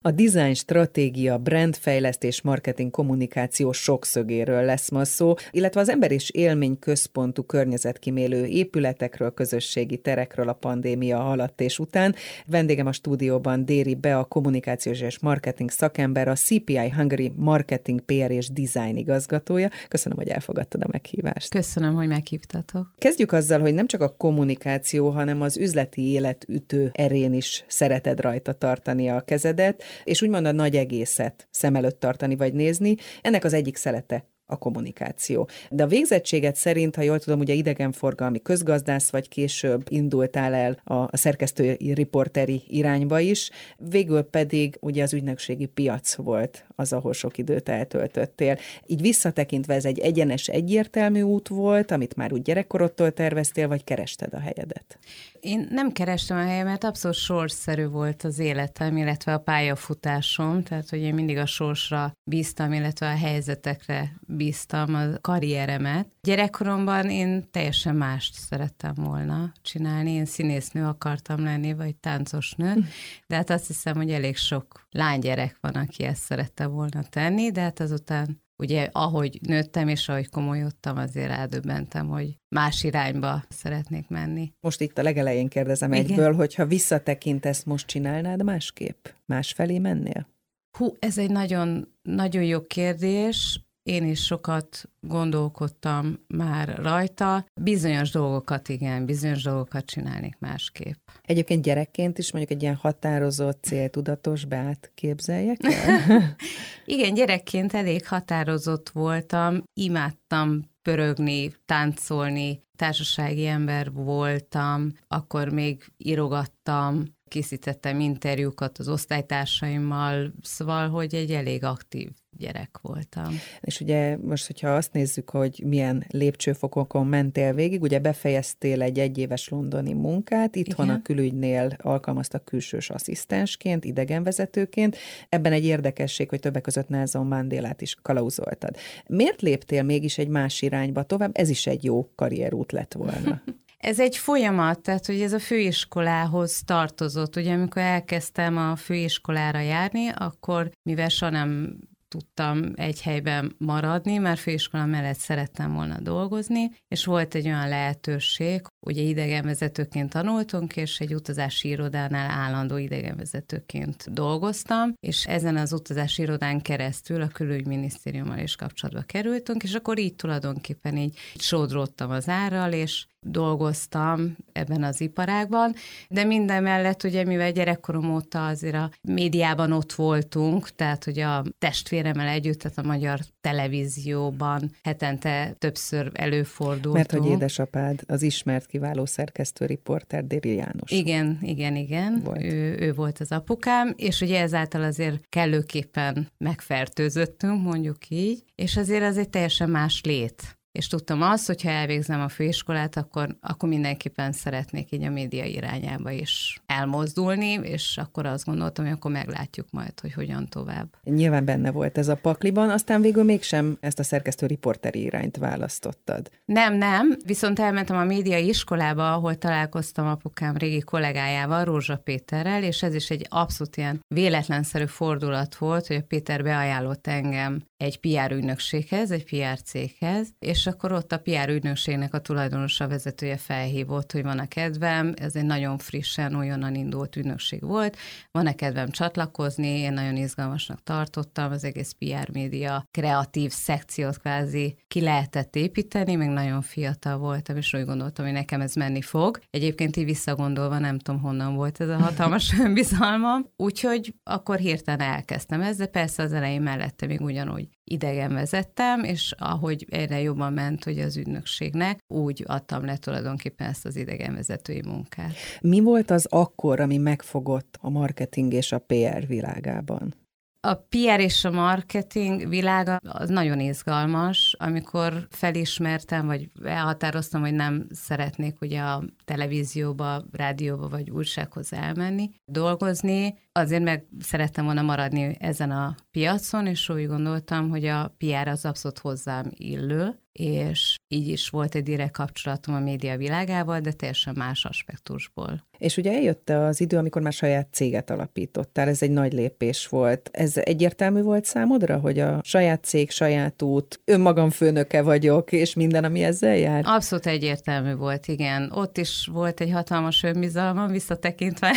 A design stratégia, brandfejlesztés, marketing, kommunikáció sokszögéről lesz ma szó, illetve az ember és élmény központú környezetkímélő épületekről, közösségi terekről a pandémia alatt és után. Vendégem a stúdióban Déri Bea, kommunikációs és marketing szakember, a CPI Hungary marketing, PR és design igazgatója. Köszönöm, hogy elfogadtad a meghívást. Köszönöm, hogy meghívtatok. Kezdjük azzal, hogy nem csak a kommunikáció, hanem az üzleti élet ütő erén is szereted rajta tartani a kezedet, és úgymond a nagy egészet szem előtt tartani vagy nézni. Ennek az egyik szelete a kommunikáció. De a végzettséget szerint, ha jól tudom, ugye idegenforgalmi közgazdász vagy, később indultál el a szerkesztői, riporteri irányba is, végül pedig ugye az ügynökségi piac volt az, ahol sok időt eltöltöttél. Így visszatekintve ez egy egyenes, egyértelmű út volt, amit már úgy gyerekkorodtól terveztél, vagy kerested a helyedet? Én nem kerestem a helyemet, abszolút sorsszerű volt az életem, illetve a pályafutásom, tehát hogy én mindig a sorsra bíztam, illetve a helyzetekre bíztam a karrieremet. Gyerekkoromban én teljesen mást szerettem volna csinálni, én színésznő akartam lenni, vagy táncosnő, de hát azt hiszem, hogy elég sok lánygyerek van, aki ezt szerette volna tenni, de hát azután ugye ahogy nőttem és ahogy komolyodtam, azért rádöbbentem, hogy más irányba szeretnék menni. Most itt a legelején kérdezem egyből, hogyha visszatekintesz, most csinálnád másképp? Másfelé mennél? Ez egy nagyon, nagyon jó kérdés. Én is sokat gondolkodtam már rajta. Bizonyos dolgokat, igen, bizonyos dolgokat csinálnék másképp. Egyébként gyerekként is mondjuk egy ilyen határozott, céltudatos Beát képzeljek el? Igen, gyerekként elég határozott voltam, imádtam pörögni, táncolni, társasági ember voltam, akkor még írogattam, készítettem interjúkat az osztálytársaimmal, szóval, hogy egy elég aktív gyerek voltam. És ugye most, hogyha azt nézzük, hogy milyen lépcsőfokokon mentél végig, ugye befejeztél egy egyéves londoni munkát, itthon igen. A külügynél alkalmaztak külsős asszisztensként, idegenvezetőként. Ebben egy érdekesség, hogy többek között Nelson Mandélát is kalauzoltad. Miért léptél mégis egy más irányba tovább? Ez is egy jó karrierút lett volna. Ez egy folyamat, tehát hogy ez a főiskolához tartozott. Ugye amikor elkezdtem a főiskolára járni, akkor mivel soha nem tudtam egy helyben maradni, mert főiskola mellett szerettem volna dolgozni, és volt egy olyan lehetőség, ugye idegenvezetőként tanultunk, és egy utazási irodánál állandó idegenvezetőként dolgoztam, és ezen az utazási irodán keresztül a külügyminisztériummal is kapcsolatba kerültünk, és akkor így tulajdonképpen így sodródtam az árral, és dolgoztam ebben az iparágban, de minden mellett ugye, mivel gyerekkorom óta azért a médiában ott voltunk, tehát hogy a testvéremmel együtt, tehát a magyar televízióban hetente többször előfordultunk. Mert hogy édesapád az ismert kiváló szerkesztő, riporter Déri János. Igen. Volt. Ő volt az apukám, és ugye ezáltal azért kellőképpen megfertőzöttünk, mondjuk így, és azért az egy teljesen más lét. És tudtam azt, hogyha elvégzem a főiskolát, akkor mindenképpen szeretnék így a média irányába is elmozdulni, és akkor azt gondoltam, hogy akkor meglátjuk majd, hogy hogyan tovább. Nyilván benne volt ez a pakliban, aztán végül mégsem ezt a szerkesztő riporteri irányt választottad. Nem, viszont elmentem a média iskolába, ahol találkoztam apukám régi kollégájával, Rózsa Péterrel, és ez is egy abszolút ilyen véletlenszerű fordulat volt, hogy a Péter beajánlott engem egy PR ügynökséghez, egy PR céghez, és akkor ott a PR ügynökségnek a tulajdonosa, vezetője felhívott, hogy van-e kedvem, ez egy nagyon frissen, újonnan indult ügynökség volt, van-e kedvem csatlakozni, én nagyon izgalmasnak tartottam, az egész PR média kreatív szekciót kvázi ki lehetett építeni, még nagyon fiatal voltam, és úgy gondoltam, hogy nekem ez menni fog. Egyébként így visszagondolva nem tudom, honnan volt ez a hatalmas önbizalmam, úgyhogy akkor hirtelen elkezdtem ezt, de persze az elején mellette még ugyanúgy idegenvezettem, és ahogy egyre jobban ment hogy az ügynökségnek, úgy adtam le tulajdonképpen ezt az idegenvezetői munkát. Mi volt az akkor, ami megfogott a marketing és a PR világában? A PR és a marketing világa az nagyon izgalmas, amikor felismertem, vagy elhatároztam, hogy nem szeretnék ugye a televízióba, rádióba vagy újsághoz elmenni, dolgozni. Azért meg szerettem volna maradni ezen a piacon, és úgy gondoltam, hogy a PR az abszolút hozzám illő, és így is volt egy direkt kapcsolatom a média világával, de teljesen más aspektusból. És ugye eljött az idő, amikor már saját céget alapítottál, ez egy nagy lépés volt. Ez egyértelmű volt számodra, hogy a saját cég, saját út, önmagam főnöke vagyok, és minden, ami ezzel jár? Abszolút egyértelmű volt, igen. Ott is volt egy hatalmas önbizalmam visszatekintve.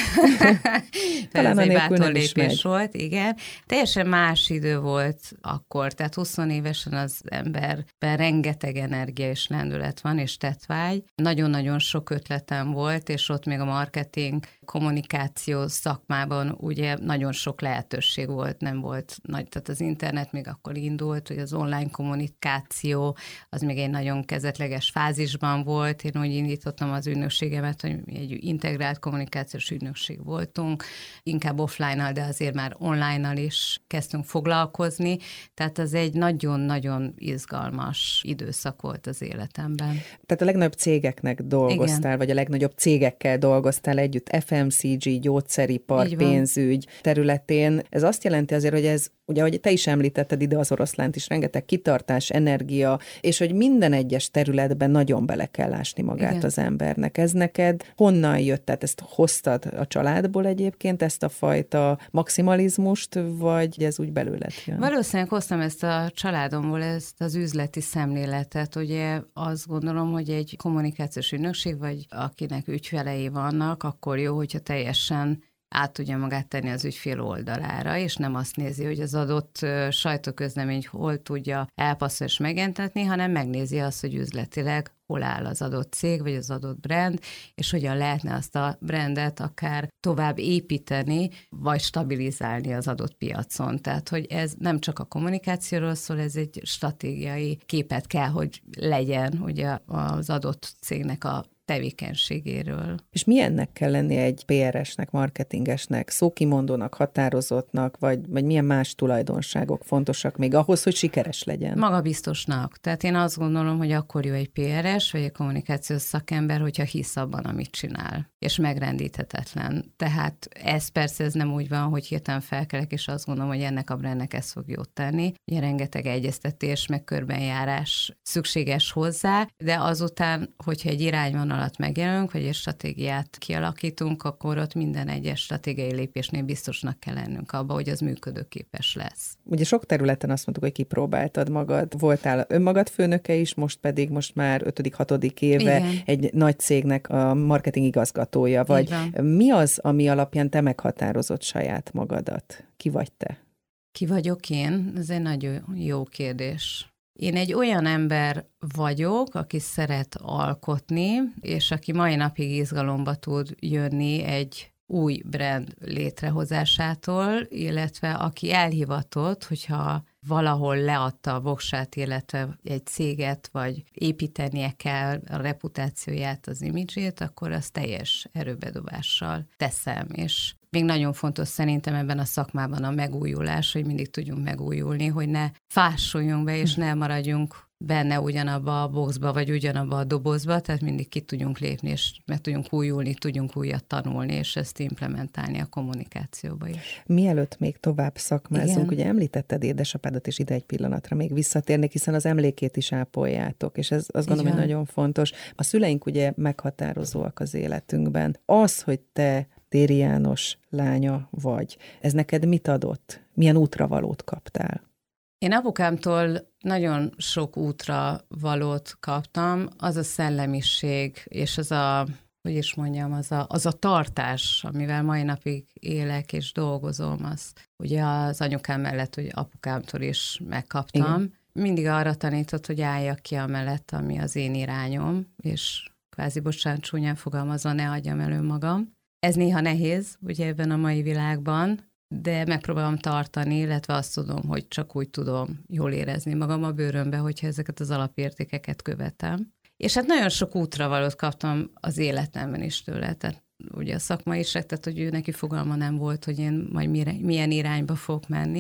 Talán ez egy bátor lépés volt, igen. Teljesen más idő volt akkor, tehát 20 évesen az emberben rengeteg energia és lendület van, és tettvágy. Nagyon-nagyon sok ötletem volt, és ott még a marketing, kommunikáció szakmában ugye nagyon sok lehetőség volt, nem volt nagy, tehát az internet még akkor indult, hogy az online kommunikáció az még egy nagyon kezdetleges fázisban volt. Én úgy indítottam az ügynökségemet, hogy egy integrált kommunikációs ügynökség voltunk, inkább offline-nal, de azért már online-nal is kezdtünk foglalkozni, tehát az egy nagyon-nagyon izgalmas időszak volt az életemben. Tehát a legnagyobb cégeknek dolgoztál, igen, vagy a legnagyobb cégekkel dolgoztál együtt, FMCG, gyógyszeripar, pénzügy területén. Ez azt jelenti azért, hogy ez, ugye, ahogy te is említetted ide az oroszlánt is, rengeteg kitartás, energia, és hogy minden egyes területben nagyon bele kell ásni magát, igen, az embernek. Ez neked honnan jött? Tehát ezt hoztad a családból egyébként, ezt a fajta maximalizmust, vagy ez úgy belőled jön? Valószínűleg hoztam ezt a családomból, ezt az üzleti szemléletet. Ugye azt gondolom, hogy egy kommunikációs ügynökség, vagy akinek ügyfelei vannak, akkor jó, hogyha teljesen át tudja magát tenni az ügyfél oldalára, és nem azt nézi, hogy az adott sajtóközleményt hol tudja elpasszolni és megjelentetni, hanem megnézi azt, hogy üzletileg hol áll az adott cég, vagy az adott brand, és hogyan lehetne azt a brandet akár tovább építeni, vagy stabilizálni az adott piacon. Tehát, hogy ez nem csak a kommunikációról szól, ez egy stratégiai képet kell, hogy legyen ugye az adott cégnek a tevékenységéről. És milyennek kell lennie egy PR-esnek, marketingesnek, szókimondónak, határozottnak, vagy milyen más tulajdonságok fontosak még ahhoz, hogy sikeres legyen? Magabiztosnak. Tehát én azt gondolom, hogy akkor jó egy PR-es, vagy egy kommunikációs szakember, hogyha hisz abban, amit csinál, és megrendíthetetlen. Tehát ez persze ez nem úgy van, hogy hirtelen felkelek, és azt gondolom, hogy ennek a brandnek ez fog jót tenni. Ugye rengeteg egyeztetés, meg körbenjárás szükséges hozzá, de azután, hogyha egy irányvonalat megjelenünk, vagy egy stratégiát kialakítunk, akkor ott minden egyes stratégiai lépésnél biztosnak kell lennünk abba, hogy az működőképes lesz. Ugye sok területen azt mondtuk, hogy kipróbáltad magad, voltál önmagad főnöke is, most már 5.-6. éve, igen, egy nagy cégnek a marketing igazgatója vagy. Mi az, ami alapján te meghatározott saját magadat? Ki vagy te? Ki vagyok én? Ez egy nagyon jó kérdés. Én egy olyan ember vagyok, aki szeret alkotni, és aki mai napig izgalomba tud jönni egy új brand létrehozásától, illetve aki elhivatott, hogyha valahol leadta a voksát, illetve egy céget, vagy építenie kell a reputációját, az imidzsét, akkor az teljes erőbedobással teszem, és még nagyon fontos szerintem ebben a szakmában a megújulás, hogy mindig tudjunk megújulni, hogy ne fásuljunk be, és ne maradjunk benne ugyanabba a boxba, vagy ugyanabba a dobozba, tehát mindig ki tudjunk lépni, és meg tudjunk újulni, tudjunk újat tanulni, és ezt implementálni a kommunikációba is. Mielőtt még tovább szakmázunk, ugye említetted édesapádat, és ide egy pillanatra még visszatérnék, hiszen az emlékét is ápoljátok, és ez azt gondolom, hogy nagyon fontos. A szüleink ugye meghatározóak az életünkben. Az, hogy te Téri János lánya vagy, ez neked mit adott? Milyen útravalót kaptál? Én apukámtól nagyon sok útravalót kaptam, az a szellemiség, és az a, hogy is mondjam, az a tartás, amivel mai napig élek és dolgozom, azt ugye az anyukám mellett, hogy apukámtól is megkaptam. Igen. Mindig arra tanított, hogy álljak ki amellett, ami az én irányom, és kvázi bocsánat csúnyán fogalmazva, ne adjam elő magam. Ez néha nehéz, ugye ebben a mai világban, de megpróbálom tartani, illetve azt tudom, hogy csak úgy tudom jól érezni magam a bőrömbe, hogyha ezeket az alapértékeket követem. És hát nagyon sok útravalót kaptam az életemben is tőle, tehát ugye a szakmai is, tehát hogy ő neki fogalma nem volt, hogy én majd milyen irányba fogok menni.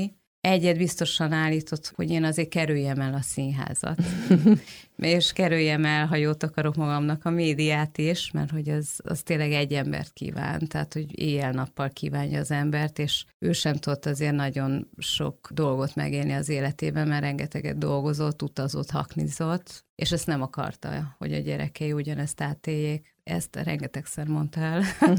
egyet biztosan állított, hogy én azért kerüljem el a színházat. És kerüljem el, ha jót akarok magamnak, a médiát is, mert hogy az tényleg egy embert kíván, tehát hogy éjjel-nappal kívánja az embert, és ő sem tudott azért nagyon sok dolgot megélni az életében, mert rengeteget dolgozott, utazott, haknizott, és ezt nem akarta, hogy a gyerekei ugyanezt átéljék. Ezt rengetegszer mondta el.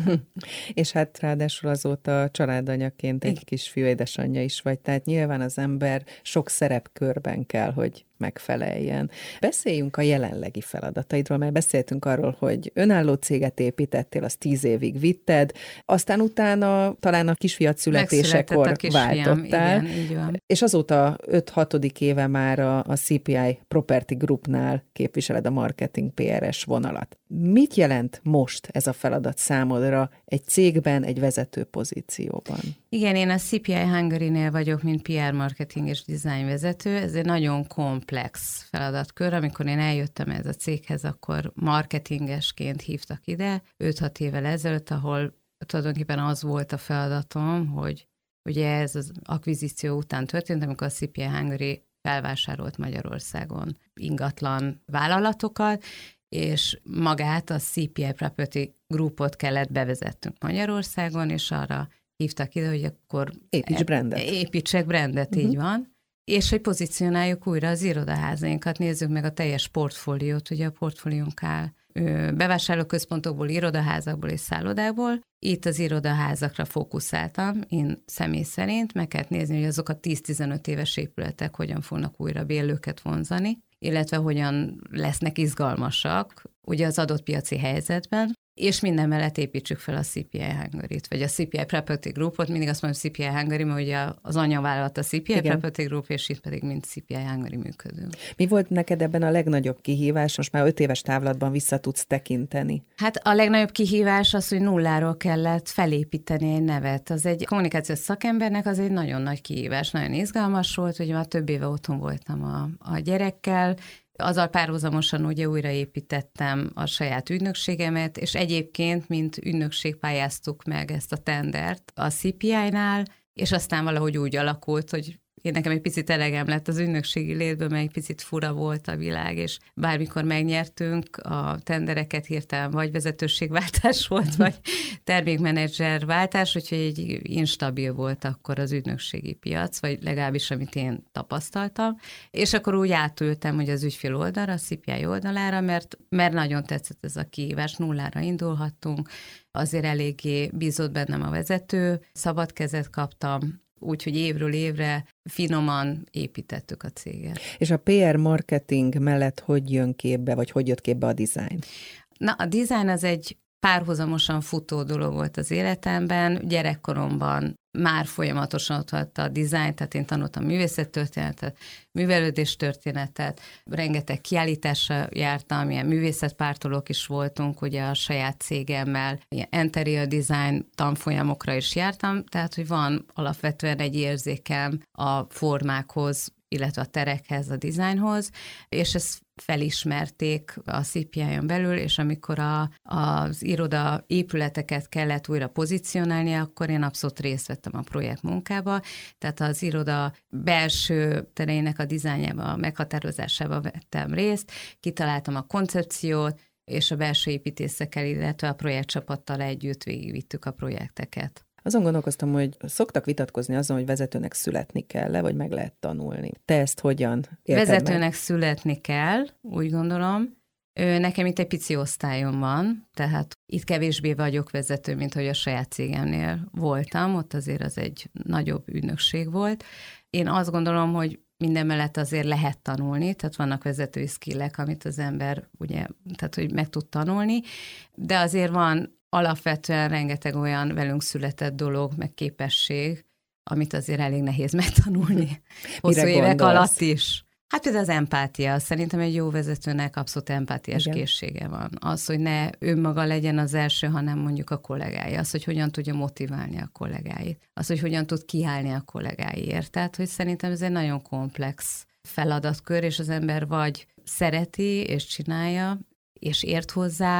És hát ráadásul azóta családanyaként egy kisfiú édesanyja is vagy, tehát nyilván az ember sok szerepkörben kell, hogy megfeleljen. Beszéljünk a jelenlegi feladataidról, mert beszéltünk arról, hogy önálló céget építettél, azt 10 évig vitted, aztán utána talán a kisfiad születésekor váltottál, igen, és azóta 5-6. éve már a CPI Property Groupnál képviseled a marketing PRS vonalat. Mit jelent most ez a feladat számodra egy cégben, egy vezető pozícióban? Igen, én a CPI Hungary-nél vagyok, mint PR marketing és design vezető. Ez egy nagyon komplex feladatkör. Amikor én eljöttem ez a céghez, akkor marketingesként hívtak ide 5-6 évvel ezelőtt, ahol tulajdonképpen az volt a feladatom, hogy ugye ez az akvizíció után történt, amikor a CPI Hungary felvásárolt Magyarországon ingatlan vállalatokat, és magát a CPI Property Groupot kellett bevezettünk Magyarországon, és arra hívtak ide, hogy akkor építsek brandet, így van, és hogy pozícionáljuk újra az irodaházainkat, nézzük meg a teljes portfóliót, ugye a portfóliónk áll bevásárlóközpontokból, irodaházakból és szállodákból. Itt az irodaházakra fókuszáltam, én személy szerint, meg kellett nézni, hogy azok a 10-15 éves épületek hogyan fognak újra bérlőket vonzani, illetve hogyan lesznek izgalmasak ugye az adott piaci helyzetben, és minden mellett építsük fel a CPI Hungary-t, vagy a CPI Property Groupot, mindig azt mondom, CPI Hungary, mert ugye az anyavállalat a CPI Property Group, és itt pedig mint CPI Hungary működünk. Mi volt neked ebben a legnagyobb kihívás? Most már 5 éves távlatban vissza tudsz tekinteni. Hát a legnagyobb kihívás az, hogy nulláról kellett felépíteni egy nevet. Az egy kommunikációs szakembernek az egy nagyon nagy kihívás, nagyon izgalmas volt, hogy már több éve otthon voltam a gyerekkel, azzal párhuzamosan ugye újraépítettem a saját ügynökségemet, és egyébként, mint ügynökség pályáztuk meg ezt a tendert a CPI-nál, és aztán valahogy úgy alakult, hogy én nekem egy picit elegem lett az ügynökségi létből, mert egy picit fura volt a világ, és bármikor megnyertünk a tendereket, hirtelen vagy vezetőségváltás volt, vagy termékmenedzserváltás, úgyhogy egy instabil volt akkor az ügynökségi piac, vagy legalábbis amit én tapasztaltam. És akkor úgy átültem, hogy az ügyfél oldalra, a CPI oldalára, mert nagyon tetszett ez a kihívás, nullára indulhattunk, azért eléggé bízott bennem a vezető, szabad kezet kaptam, úgyhogy évről évre finoman építettük a céget. És a PR marketing mellett hogy jön képbe, vagy hogy jött képbe a design? Na, a design az egy párhuzamosan futó dolog volt az életemben. Gyerekkoromban már folyamatosan ott volt a design, tehát én tanultam művészettörténetet, művelődéstörténetet, rengeteg kiállításra jártam, ilyen művészetpártolók is voltunk, ugye a saját cégemmel, ilyen interior design tanfolyamokra is jártam, tehát hogy van alapvetően egy érzékem a formákhoz, illetve a terekhez, a dizájnhoz, és ezt felismerték a CPI-on belül, és amikor az iroda épületeket kellett újra pozícionálni, akkor én abszolút részt vettem a projekt munkába, tehát az iroda belső tereinek a dizájnjába, a meghatározásába vettem részt, kitaláltam a koncepciót, és a belső építészekkel, illetve a projektcsapattal együtt végigvittük a projekteket. Azon gondolkoztam, hogy szoktak vitatkozni azon, hogy vezetőnek születni kell-e, vagy meg lehet tanulni. Te ezt hogyan élted Vezetőnek meg? Születni kell, úgy gondolom. Nekem itt egy pici osztályom van, tehát itt kevésbé vagyok vezető, mint hogy a saját cégemnél voltam, ott azért az egy nagyobb ügynökség volt. Én azt gondolom, hogy minden mellett azért lehet tanulni, tehát vannak vezetői skillek, amit az ember ugye, tehát hogy meg tud tanulni, de azért van alapvetően rengeteg olyan velünk született dolog, meg képesség, amit azért elég nehéz megtanulni. Hosszú évek alatt is. Hát például az empátia. Szerintem egy jó vezetőnek abszolút empátiás készsége van. Az, hogy ne önmaga legyen az első, hanem mondjuk a kollégája. Az, hogy hogyan tudja motiválni a kollégáit. Az, hogy hogyan tud kiállni a kollégáiért. Tehát, hogy szerintem ez egy nagyon komplex feladatkör, és az ember vagy szereti, és csinálja, és ért hozzá,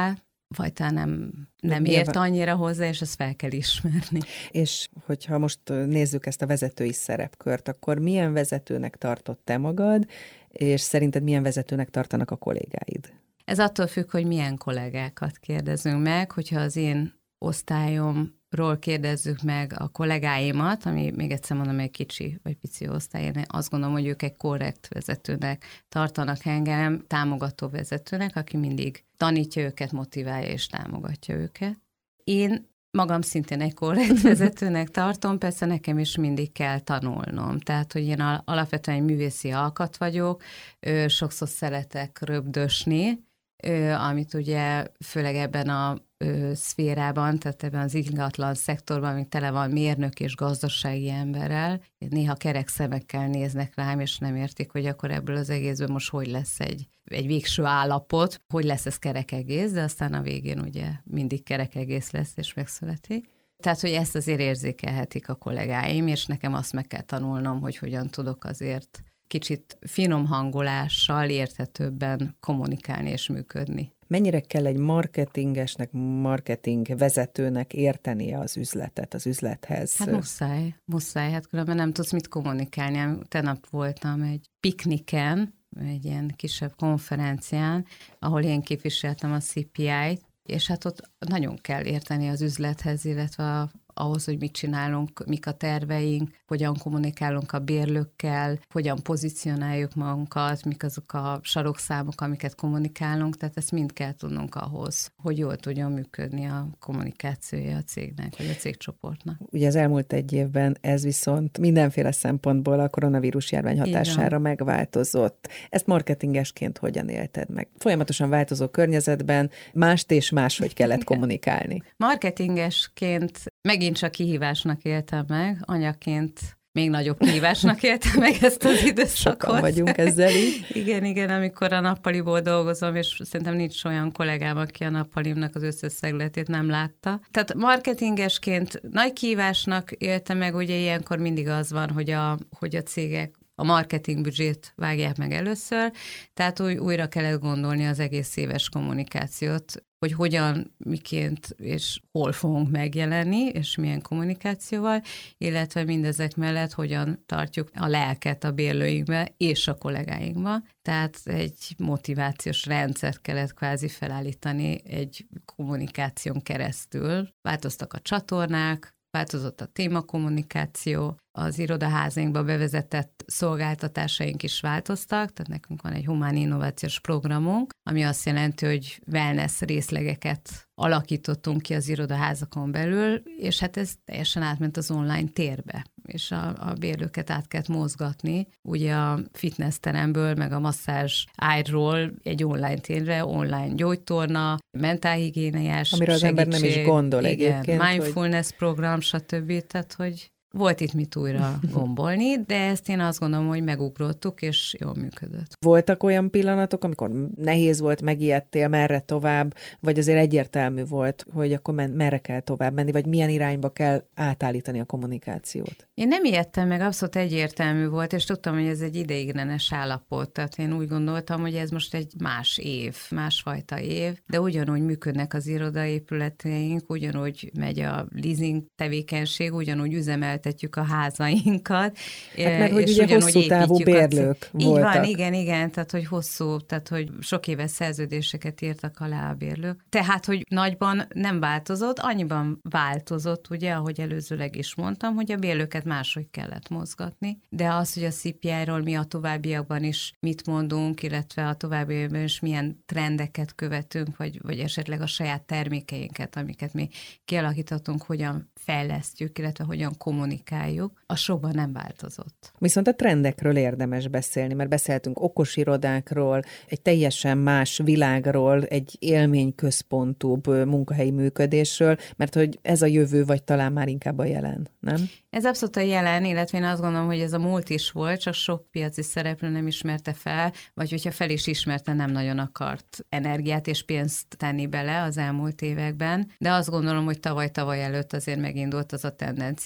vagy talán nem ért annyira hozzá, és ezt fel kell ismerni. És hogyha most nézzük ezt a vezetői szerepkört, akkor milyen vezetőnek tartott te magad, és szerinted milyen vezetőnek tartanak a kollégáid? Ez attól függ, hogy milyen kollégákat kérdezünk meg, hogyha az én osztályomról kérdezzük meg a kollégáimat, ami még egyszer mondom, egy kicsi vagy pici osztály, én azt gondolom, hogy ők egy korrekt vezetőnek tartanak engem, támogató vezetőnek, aki mindig tanítja őket, motiválja és támogatja őket. Én magam szintén egy korrekt vezetőnek tartom, persze nekem is mindig kell tanulnom. Tehát, hogy én alapvetően egy művészi alkat vagyok, sokszor szeretek röpdösni, amit ugye főleg ebben a szférában, tehát ebben az ingatlan szektorban, ami tele van mérnök és gazdasági emberrel, néha kerek szemekkel néznek rám, és nem értik, hogy akkor ebből az egészből most hogy lesz egy végső állapot, hogy lesz ez kerek egész, de aztán a végén ugye mindig kerek egész lesz, és megszületik. Tehát, hogy ezt azért érzékelhetik a kollégáim, és nekem azt meg kell tanulnom, hogy hogyan tudok azért kicsit finom hangolással, érthetőbben kommunikálni és működni. Mennyire kell egy marketingesnek, marketing vezetőnek értenie az üzletet, az üzlethez? Hát muszáj, hát különben nem tudsz mit kommunikálni. Tegnap voltam egy pikniken, egy ilyen kisebb konferencián, ahol én képviseltem a CPI-t, és hát ott nagyon kell érteni az üzlethez, illetve ahhoz, hogy mit csinálunk, mik a terveink, hogyan kommunikálunk a bérlőkkel, hogyan pozícionáljuk magunkat, mik azok a sarokszámok, amiket kommunikálunk, tehát ezt mind kell tudnunk ahhoz, hogy jól tudjon működni a kommunikációja a cégnek, vagy a cégcsoportnak. Ugye az elmúlt egy évben ez viszont mindenféle szempontból a koronavírus járvány hatására megváltozott. Ezt marketingesként hogyan élted meg? Folyamatosan változó környezetben mást és máshogy kellett kommunikálni. Marketingesként megint csak kihívásnak éltem meg, anyaként még nagyobb kihívásnak éltem meg ezt az időszakot. Sokan vagyunk ezzel így. Igen, amikor a nappaliból dolgozom, és szerintem nincs olyan kollégám, aki a nappalimnak az összes szegletét nem látta. Tehát marketingesként nagy kihívásnak éltem meg, ugye ilyenkor mindig az van, hogy a cégek a marketing büdzsét vágják meg először, tehát újra kellett gondolni az egész éves kommunikációt, hogy hogyan, miként és hol fogunk megjelenni, és milyen kommunikációval, illetve mindezek mellett hogyan tartjuk a lelket a bérlőinkbe és a kollégáinkba. Tehát egy motivációs rendszert kellett kvázi felállítani egy kommunikáción keresztül. Változtak a csatornák, változott a témakommunikáció, az irodaházainkba bevezetett szolgáltatásaink is változtak, tehát nekünk van egy humán innovációs programunk, ami azt jelenti, hogy wellness részlegeket alakítottunk ki az irodaházakon belül, és hát ez teljesen átment az online térbe, és a bérlőket át kellett mozgatni, ugye a fitnessteremből, meg a masszázs ágyról egy online térre, online gyógytorna, mentálhigiéniás amiről az ember nem is gondol egyébként. Mindfulness program, stb. Tehát, hogy volt itt mit újra gombolni, de ezt én azt gondolom, hogy megugrottuk, és jól működött. Voltak olyan pillanatok, amikor nehéz volt, megijedtél, merre tovább, vagy azért egyértelmű volt, hogy akkor merre kell tovább menni, vagy milyen irányba kell átállítani a kommunikációt? Én nem ijedtem meg, abszolút egyértelmű volt, és tudtam, hogy ez egy ideiglenes állapot. Tehát én úgy gondoltam, hogy ez most egy más év, másfajta év, de ugyanúgy működnek az irodaépületeink, ugyanúgy megy a leasing tevékenység, ugyanúgy üzemeltetjük a házainkat. Hát mert hogy ugye hosszú távú bérlők voltak. Így van, igen, tehát hogy tehát hogy sok éves szerződéseket írtak alá a bérlők. Tehát, hogy nagyban nem változott, annyiban változott, ugye, ahogy előzőleg is mondtam, hogy a bérlőket máshogy kellett mozgatni, de az, hogy a CPI-ról mi a továbbiakban is mit mondunk, illetve a továbbiakban is milyen trendeket követünk, vagy esetleg a saját termékeinket, amiket mi kialakítottunk, hogyan fejlesztjük, illetve hogyan kommunikáljuk, a sokban nem változott. Viszont a trendekről érdemes beszélni, mert beszéltünk okos irodákról, egy teljesen más világról, egy élményközpontúbb munkahelyi működésről, mert hogy ez a jövő, vagy talán már inkább a jelen, nem? Ez abszolút a jelen, illetve én azt gondolom, hogy ez a múlt is volt, csak sok piaci szereplő nem ismerte fel, vagy hogyha fel is ismerte, nem nagyon akart energiát és pénzt tenni bele az elmúlt években, de azt gondolom, hogy tavaly előtt azért megindult az a tendencia, hogy azért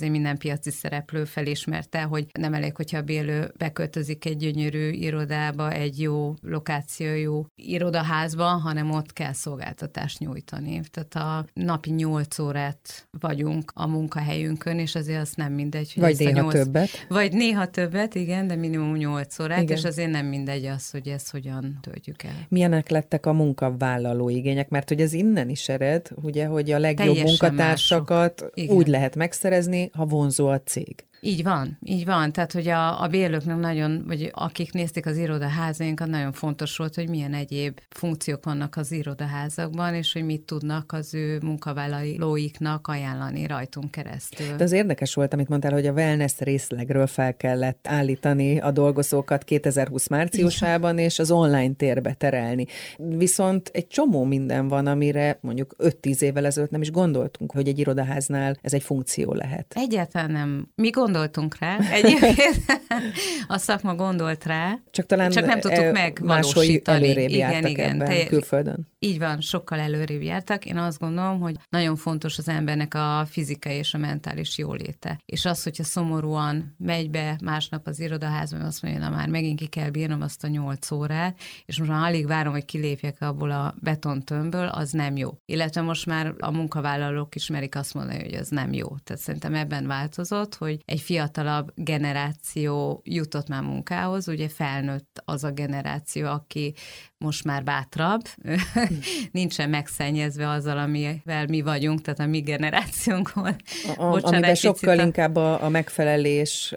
azért minden piaci szereplő felismerte, hogy nem elég, hogyha a bérlő beköltözik egy gyönyörű irodába, egy jó lokációjú irodaházba, hanem ott kell szolgáltatást nyújtani. Tehát a napi 8 órát vagyunk a munkahelyünkön, és azért az nem mindegy. Hogy vagy néha többet. Vagy néha többet, igen, de minimum 8 órát, igen. És azért nem mindegy az, hogy ezt hogyan töltjük el. Milyenek lettek a munkavállaló igények? Mert hogy ez innen is ered, ugye, hogy a legjobb teljesen munkatársakat úgy lehet megszerezni, ha vonzó a cég. Így van. Tehát, hogy a bérlőknek nagyon, vagy akik nézték az irodaházainkat, nagyon fontos volt, hogy milyen egyéb funkciók vannak az irodaházakban, és hogy mit tudnak az ő munkavállalóiknak ajánlani rajtunk keresztül. De az érdekes volt, amit mondtál, hogy a wellness részlegről fel kellett állítani a dolgozókat 2020 márciusában, és az online térbe terelni. Viszont egy csomó minden van, amire mondjuk 5-10 évvel ezelőtt nem is gondoltunk, hogy egy irodaháznál ez egy funkció lehet. Egyáltalán nem. Mi gondoltunk rá, egyébként a szakma gondolt rá, csak nem tudtuk megvalósítani. Előrébb jártak ebben külföldön. Így van, sokkal előrébb jártak. Én azt gondolom, hogy nagyon fontos az embernek a fizikai és a mentális jóléte. És az, hogyha szomorúan megy be másnap az irodaházban, azt mondja, na már megint ki kell bírnom azt a 8 órát, és most már alig várom, hogy kilépjek abból a betontömbből, az nem jó. Illetve most már a munkavállalók ismerik azt mondani, hogy az nem jó. Tehát szerintem ebben változott, hogy egy fiatalabb generáció jutott már munkához, ugye felnőtt az a generáció, aki most már bátrabb, nincsen megszennyezve azzal, amivel mi vagyunk, tehát a mi generációnk volt. Amiben sokkal inkább a megfelelés,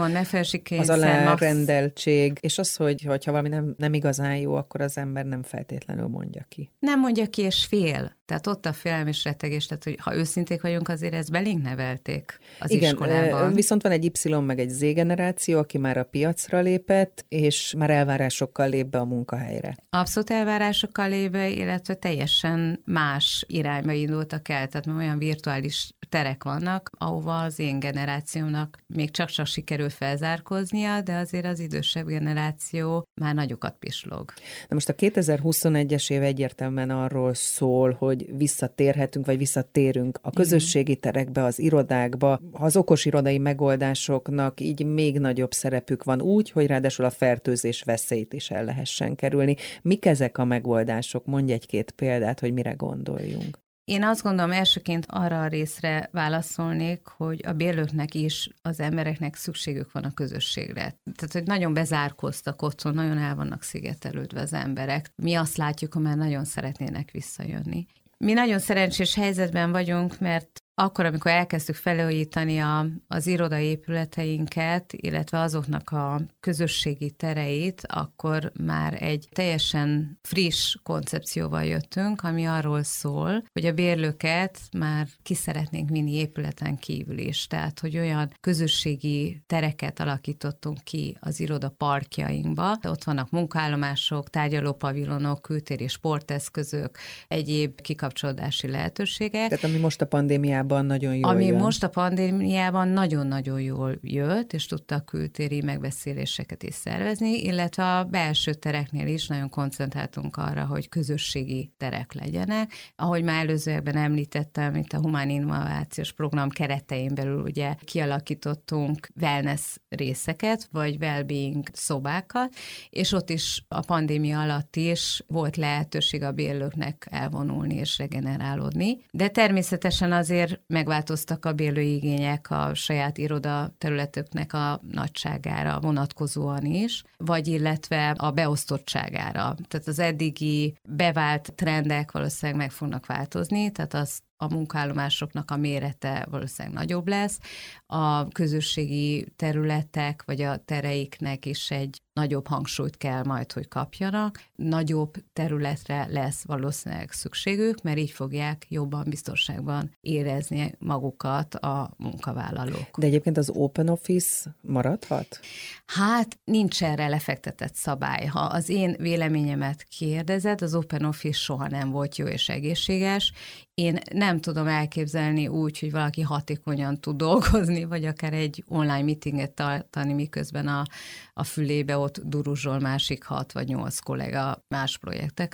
az alárendeltség, és az, hogy ha valami nem igazán jó, akkor az ember nem feltétlenül mondja ki. Nem mondja ki, és fél. Tehát ott a félelem és rettegés, tehát hogy ha őszinték vagyunk, azért ezt belénk nevelték az iskolában. Viszont van egy Y meg egy Z generáció, aki már a piacra lépett, és már elvárásokkal lép be a munkahelyre. Abszolút elvárásokkal lép be, illetve teljesen más irányba indultak el, tehát olyan virtuális terek vannak, ahova az én generációmnak még csak sikerül felzárkóznia, de azért az idősebb generáció már nagyokat pislog. Na most a 2021-es év egyértelműen arról szól, hogy visszatérhetünk, vagy visszatérünk a közösségi terekbe, az irodákba. Az okos irodai megoldásoknak így még nagyobb szerepük van úgy, hogy ráadásul a fertőzés veszélyt is el lehessen kerülni. Mik ezek a megoldások? Mondj egy-két példát, hogy mire gondoljunk. Én azt gondolom, elsőként arra a részre válaszolnék, hogy a bérlőknek is, az embereknek szükségük van a közösségre. Tehát, hogy nagyon bezárkóztak otthon, nagyon el vannak szigetelődve az emberek. Mi azt látjuk, hogy már nagyon szeretnének visszajönni. Mi nagyon szerencsés helyzetben vagyunk, mert akkor, amikor elkezdtük felújítani az irodaépületeinket, illetve azoknak a közösségi tereit, akkor már egy teljesen friss koncepcióval jöttünk, ami arról szól, hogy a bérlőket már ki szeretnénk vinni épületen kívül is. Tehát, hogy olyan közösségi tereket alakítottunk ki az iroda parkjainkba. Ott vannak munkaállomások, tárgyalópavilonok, kültéri sporteszközök, egyéb kikapcsolódási lehetőségek. Tehát ami most a pandémiában nagyon jól Ami jön. most a pandémiában nagyon-nagyon jól jött, és tudta a kültéri megbeszéléseket is szervezni, illetve a belső tereknél is nagyon koncentráltunk arra, hogy közösségi terek legyenek. Ahogy már előzőekben említettem, itt a Humán Innovációs Program keretein belül ugye kialakítottunk wellness részeket, vagy well-being szobákat, és ott is a pandémia alatt is volt lehetőség a bérlőknek elvonulni és regenerálódni. De természetesen azért megváltoztak a bérlői igények a saját iroda területüknek a nagyságára vonatkozóan is, vagy illetve a beosztottságára. Tehát az eddigi bevált trendek valószínűleg meg fognak változni, tehát a munkaállomásoknak a mérete valószínűleg nagyobb lesz, a közösségi területek vagy a tereiknek is egy nagyobb hangsúlyt kell majd, hogy kapjanak. Nagyobb területre lesz valószínűleg szükségük, mert így fogják jobban biztonságban érezni magukat a munkavállalók. De egyébként az open office maradhat? Hát nincs erre lefektetett szabály. Ha az én véleményemet kérdezed, az open office soha nem volt jó és egészséges. Én nem tudom elképzelni úgy, hogy valaki hatékonyan tud dolgozni, vagy akár egy online meetinget tartani, miközben a fülébe ott duruzsol másik 6 vagy 8 kollega más projektekről.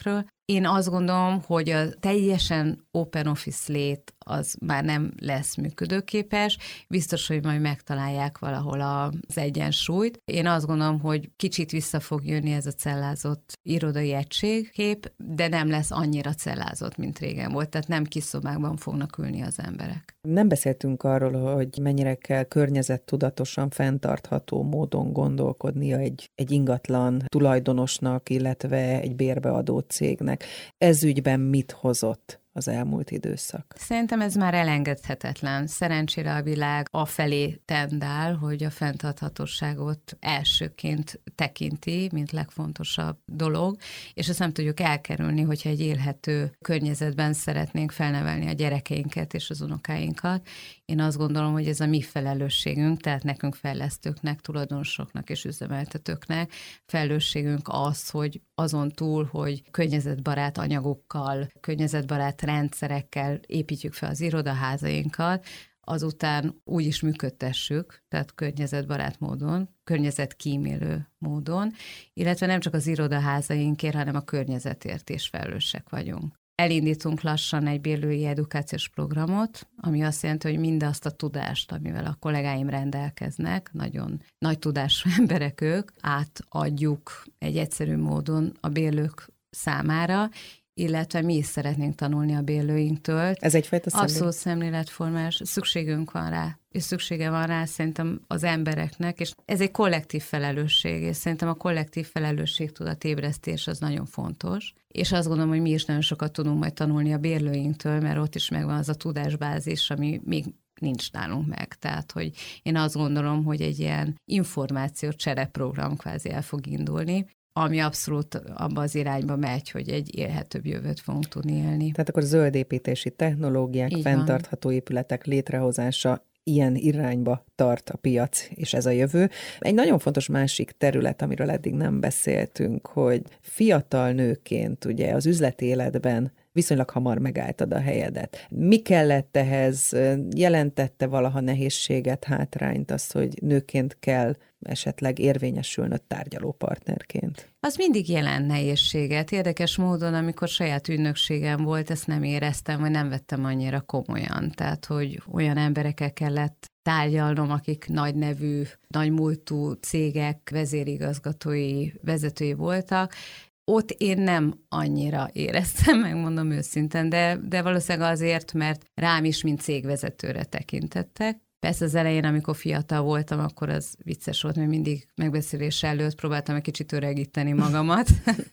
Én azt gondolom, hogy a teljesen open office lét az már nem lesz működőképes, biztos, hogy majd megtalálják valahol az egyensúlyt. Én azt gondolom, hogy kicsit vissza fog jönni ez a cellázott irodai egységkép, de nem lesz annyira cellázott, mint régen volt, tehát nem kis szobákban fognak ülni az emberek. Nem beszéltünk arról, hogy mennyire kell környezettudatosan, fenntartható módon gondolkodnia egy ingatlan tulajdonosnak, illetve egy bérbeadó cégnek. Ez ügyben mit hozott az elmúlt időszak? Szerintem ez már elengedhetetlen. Szerencsére a világ afelé tendál, hogy a fenntarthatóságot elsőként tekinti, mint legfontosabb dolog, és ezt nem tudjuk elkerülni, hogyha egy élhető környezetben szeretnénk felnevelni a gyerekeinket és az unokáinkat. Én azt gondolom, hogy ez a mi felelősségünk, tehát nekünk fejlesztőknek, tulajdonosoknak és üzemeltetőknek felelősségünk az, hogy azon túl, hogy környezetbarát anyagokkal, környezetbarát rendszerekkel építjük fel az irodaházainkat, azután úgy is működtessük, tehát környezetbarát módon, környezetkímélő módon, illetve nem csak az irodaházainkért, hanem a környezetért is felelősek vagyunk. Elindítunk lassan egy bérlői edukációs programot, ami azt jelenti, hogy mindazt a tudást, amivel a kollégáim rendelkeznek, nagyon nagy tudású emberek ők, átadjuk egy egyszerű módon a bérlők számára, illetve mi is szeretnénk tanulni a bérlőinktől. Ez egyfajta abszolút szemléletformás, szükségünk van rá, és szüksége van rá szerintem az embereknek, és ez egy kollektív felelősség, és szerintem a kollektív felelősségtudatébresztés az nagyon fontos, és azt gondolom, hogy mi is nagyon sokat tudunk majd tanulni a bérlőinktől, mert ott is megvan az a tudásbázis, ami még nincs nálunk meg. Tehát, hogy én azt gondolom, hogy egy ilyen információcsereprogram kvázi el fog indulni, ami abszolút abba az irányba megy, hogy egy élhetőbb jövőt fogunk tudni élni. Tehát akkor zöld építési technológiák, így fenntartható épületek létrehozása ilyen irányba tart a piac, és ez a jövő. Egy nagyon fontos másik terület, amiről eddig nem beszéltünk, hogy fiatal nőként ugye az üzleti életben viszonylag hamar megálltad a helyedet. Mi kellett ehhez? Jelentette valaha nehézséget, hátrányt az, hogy nőként kell esetleg érvényesülnöd tárgyalópartnerként? Az mindig jelent nehézséget. Érdekes módon, amikor saját ügynökségem volt, ezt nem éreztem, vagy nem vettem annyira komolyan. Tehát, hogy olyan emberekkel kellett tárgyalnom, akik nagy nevű, nagy múltú cégek vezérigazgatói, vezetői voltak. Ott én nem annyira éreztem, megmondom őszintén, de valószínűleg azért, mert rám is, mint cégvezetőre tekintettek. Persze az elején, amikor fiatal voltam, akkor az vicces volt, mert mindig megbeszélés előtt próbáltam egy kicsit öregíteni magamat.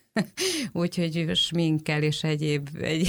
Úgyhogy sminkkel és egyéb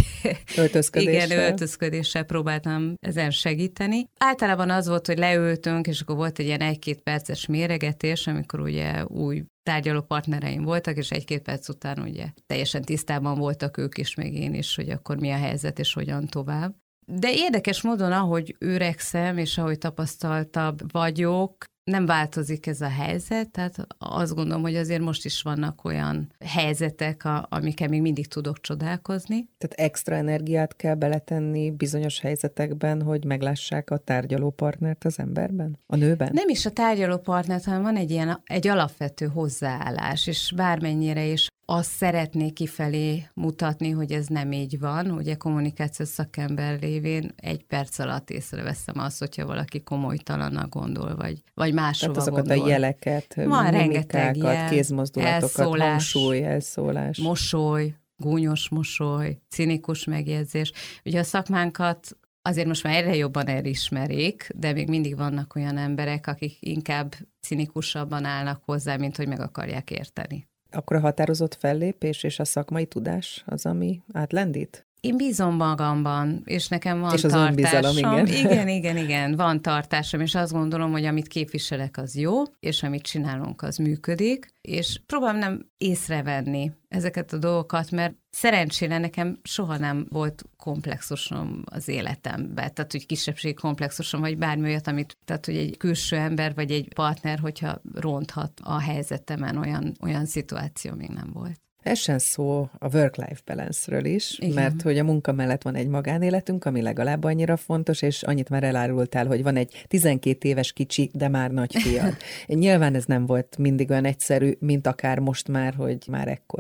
öltözködéssel próbáltam ezen segíteni. Általában az volt, hogy leültünk, és akkor volt egy ilyen 1-2 perces méregetés, amikor ugye új tárgyaló partnereim voltak, és 1-2 perc után ugye teljesen tisztában voltak ők is, meg én is, hogy akkor mi a helyzet, és hogyan tovább. De érdekes módon, ahogy öregszem, és ahogy tapasztaltabb vagyok, nem változik ez a helyzet, tehát azt gondolom, hogy azért most is vannak olyan helyzetek, amikkel még mindig tudok csodálkozni. Tehát extra energiát kell beletenni bizonyos helyzetekben, hogy meglássák a tárgyalópartnert az emberben, a nőben? Nem is a tárgyalópartnert, hanem van egy alapvető hozzáállás, és bármennyire is azt szeretnék kifelé mutatni, hogy ez nem így van. Ugye kommunikációs szakember lévén 1 perc alatt észreveszem azt, hogyha valaki komolytalannak gondol, vagy máshova gondol. Tehát azokat a jeleket, mimikákat, kézmozdulatokat, hangsúly, elszólás. Mosoly, gúnyos mosoly, cinikus megjegyzés. Ugye a szakmánkat azért most már egyre jobban elismerik, de még mindig vannak olyan emberek, akik inkább cinikusabban állnak hozzá, mint hogy meg akarják érteni. Akkor a határozott fellépés és a szakmai tudás az, ami átlendít? Én bízom magamban, és nekem van tartásom. És az önbizalom, igen. Igen, van tartásom, és azt gondolom, hogy amit képviselek, az jó, és amit csinálunk, az működik, és próbálom nem észrevenni ezeket a dolgokat, mert szerencsére nekem soha nem volt komplexusom az életemben, tehát hogy kisebbségi komplexusom, vagy bármi olyat, tehát hogy egy külső ember, vagy egy partner, hogyha ronthat a helyzetemen, olyan szituáció még nem volt. Essen szó a work-life balance-ről is, igen. Mert hogy a munka mellett van egy magánéletünk, ami legalább annyira fontos, és annyit már elárultál, hogy van egy 12 éves kicsi, de már nagy fiad. Nyilván ez nem volt mindig olyan egyszerű, mint akár most már, hogy már ekkora.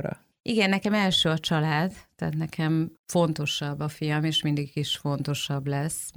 Igen, nekem első a család, tehát nekem fontosabb a fiam, és mindig is fontosabb lesz,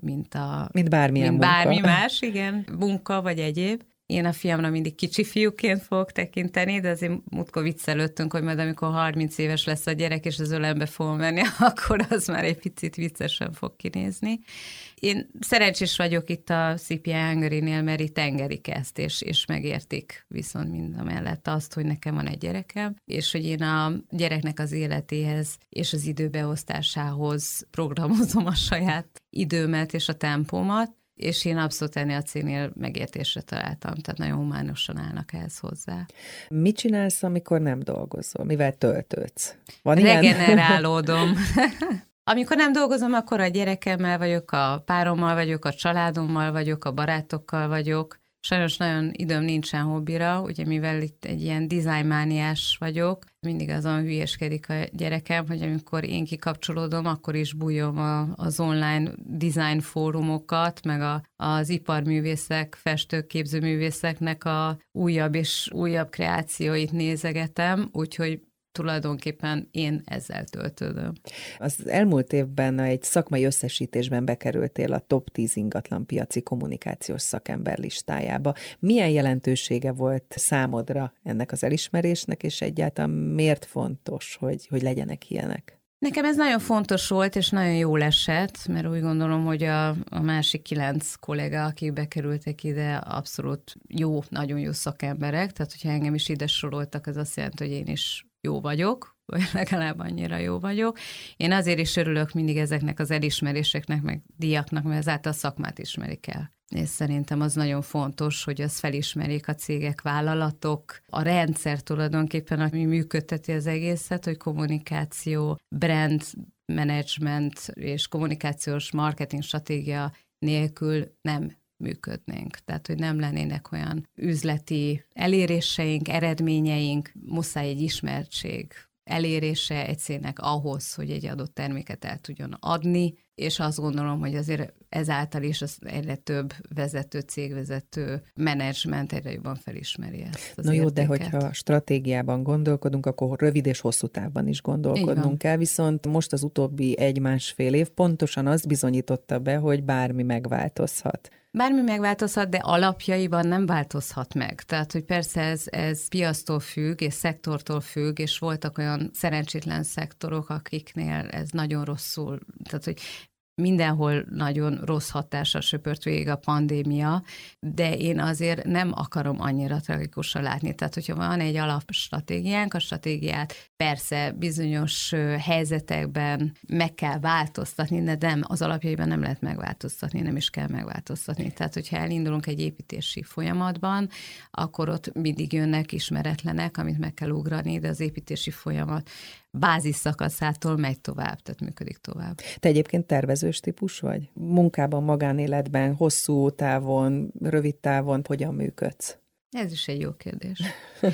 mint bármilyen bármi más, igen, munka vagy egyéb. Én a fiamra mindig kicsi fiúként fogok tekinteni, de azért múltkor viccelődtünk, hogy majd amikor 30 éves lesz a gyerek, és az ölembe fogom venni, akkor az már egy picit viccesen fog kinézni. Én szerencsés vagyok itt a CPI Hungary-nél, mert itt engedik ezt, és megértik viszont mindamellett azt, hogy nekem van egy gyerekem, és hogy én a gyereknek az életéhez és az időbeosztásához programozom a saját időmet és a tempómat, és én abszolút ennél a cégnél megértésre találtam, tehát nagyon humánosan állnak ehhez hozzá. Mit csinálsz, amikor nem dolgozol? Mivel töltődsz? Van ilyen? Regenerálódom. Amikor nem dolgozom, akkor a gyerekemmel vagyok, a párommal vagyok, a családommal vagyok, a barátokkal vagyok. Sajnos nagyon időm nincsen hobbira, ugye mivel itt egy ilyen designmániás vagyok, mindig azon hülyeskedik a gyerekem, hogy amikor én kikapcsolódom, akkor is bújom az online design fórumokat, meg az iparművészek, festők, képzőművészeknek a újabb és újabb kreációit nézegetem, úgyhogy tulajdonképpen én ezzel töltődöm. Az elmúlt évben egy szakmai összesítésben bekerültél a top 10 ingatlanpiaci kommunikációs szakember listájába. Milyen jelentősége volt számodra ennek az elismerésnek, és egyáltalán miért fontos, hogy legyenek ilyenek? Nekem ez nagyon fontos volt, és nagyon jól esett, mert úgy gondolom, hogy a másik 9 kolléga, akik bekerültek ide, abszolút jó, nagyon jó szakemberek, tehát hogyha engem is ide soroltak, az azt jelenti, hogy én is jó vagyok, vagy legalább annyira jó vagyok. Én azért is örülök mindig ezeknek az elismeréseknek, meg díjaknak, mert ezáltal a szakmát ismerik el. És szerintem az nagyon fontos, hogy azt felismerjék a cégek, vállalatok, a rendszer tulajdonképpen, ami működteti az egészet, hogy kommunikáció, brand management és kommunikációs marketing stratégia nélkül nem működnénk. Tehát, hogy nem lennének olyan üzleti eléréseink, eredményeink, muszáj egy ismertség elérése egy cégnek ahhoz, hogy egy adott terméket el tudjon adni, és azt gondolom, hogy azért ezáltal is az egyre több vezető, cégvezető, menedzsment egyre jobban felismeri ezt az értéket. De hogyha stratégiában gondolkodunk, akkor rövid és hosszú távban is gondolkodnunk kell, viszont most az utóbbi 1-1,5 év pontosan azt bizonyította be, hogy bármi megváltozhat. Bármi megváltozhat, de alapjaiban nem változhat meg. Tehát, hogy persze ez piactól függ, és szektortól függ, és voltak olyan szerencsétlen szektorok, akiknél ez nagyon rosszul, tehát, hogy mindenhol nagyon rossz hatással söpört végig a pandémia, de én azért nem akarom annyira tragikusan látni. Tehát, hogyha van egy alapstratégiánk, a stratégiát persze bizonyos helyzetekben meg kell változtatni, de nem, az alapjaiban nem lehet megváltoztatni, nem is kell megváltoztatni. Tehát, hogyha elindulunk egy építési folyamatban, akkor ott mindig jönnek ismeretlenek, amit meg kell ugrani, de az építési folyamat bázis szakaszától megy tovább, tehát működik tovább. Te egyébként tervezős típus vagy? Munkában, magánéletben, hosszú távon, rövid távon hogyan működsz? Ez is egy jó kérdés.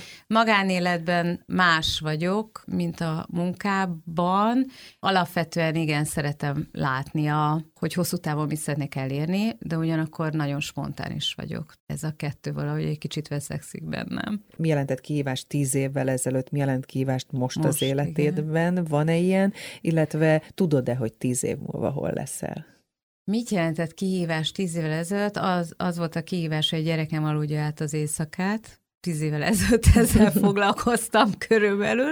Magánéletben más vagyok, mint a munkában. Alapvetően igen, szeretem látni, hogy hosszú távon mit szeretnék elérni, de ugyanakkor nagyon spontán is vagyok. Ez a kettő valahogy egy kicsit veszekszik bennem. Mi jelentett kihívást 10 évvel ezelőtt, mi jelent kihívást most az életedben? Igen. Van-e ilyen? Illetve tudod-e, hogy 10 év múlva hol leszel? Mit jelentett kihívás 10 évvel ezelőtt? Az volt a kihívás, hogy a gyerekem aludja át az éjszakát. 10 évvel ezelőtt ezzel foglalkoztam körülbelül.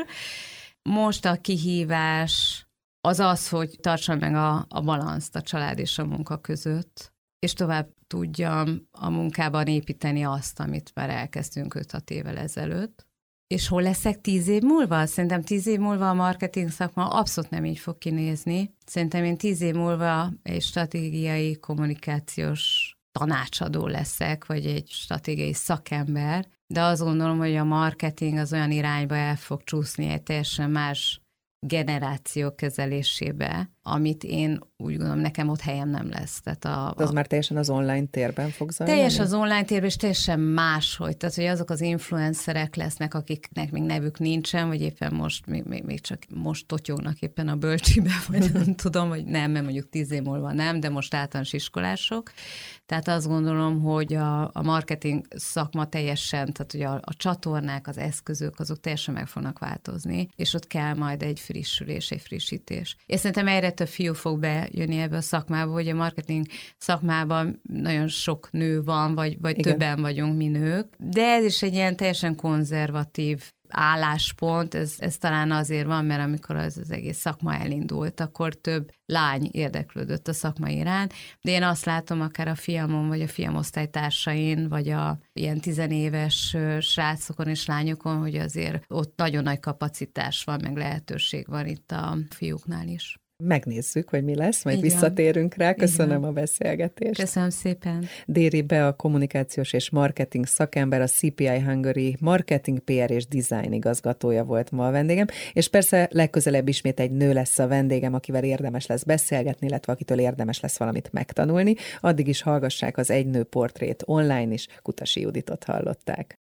Most a kihívás az, hogy tartsam meg a balanszt a család és a munka között, és tovább tudjam a munkában építeni azt, amit már elkezdtünk 5-6 évvel ezelőtt. És hol leszek 10 év múlva? Szerintem 10 év múlva a marketing szakma abszolút nem így fog kinézni. Szerintem én 10 év múlva egy stratégiai kommunikációs tanácsadó leszek, vagy egy stratégiai szakember, de azt gondolom, hogy a marketing az olyan irányba el fog csúszni, egy teljesen más generáció kezelésébe, amit én úgy gondolom, nekem ott helyem nem lesz. Tehát az már teljesen az online térben fog zajlani? Teljesen az online térben, és teljesen máshogy. Tehát, hogy azok az influencerek lesznek, akiknek még nevük nincsen, vagy éppen most, még csak most totyognak éppen a bölcsibe, vagy nem tudom, hogy nem, mert mondjuk 10 év múlva nem, de most általános iskolások. Tehát azt gondolom, hogy a marketing szakma teljesen, tehát hogy a csatornák, az eszközök, azok teljesen meg fognak változni, és ott kell majd egy frissülés, egy frissítés. És szerintem egyre több fiú fog bejönni ebbe a szakmába, hogy a marketing szakmában nagyon sok nő van, vagy többen vagyunk mi nők, de ez is egy ilyen teljesen konzervatív álláspont, ez talán azért van, mert amikor az egész szakma elindult, akkor több lány érdeklődött a szakma iránt, de én azt látom akár a fiamon, vagy a fiam osztálytársain, vagy a ilyen 10 éves srácokon és lányokon, hogy azért ott nagyon nagy kapacitás van, meg lehetőség van itt a fiúknál is. Megnézzük, hogy mi lesz, majd visszatérünk rá. Köszönöm a beszélgetést. Köszönöm szépen. Déri Bea, kommunikációs és marketing szakember, a CPI Hungary marketing, PR és design igazgatója volt ma a vendégem, és persze legközelebb ismét egy nő lesz a vendégem, akivel érdemes lesz beszélgetni, illetve akitől érdemes lesz valamit megtanulni. Addig is hallgassák az Egy nő portrét online is, Kutasi Juditot hallották.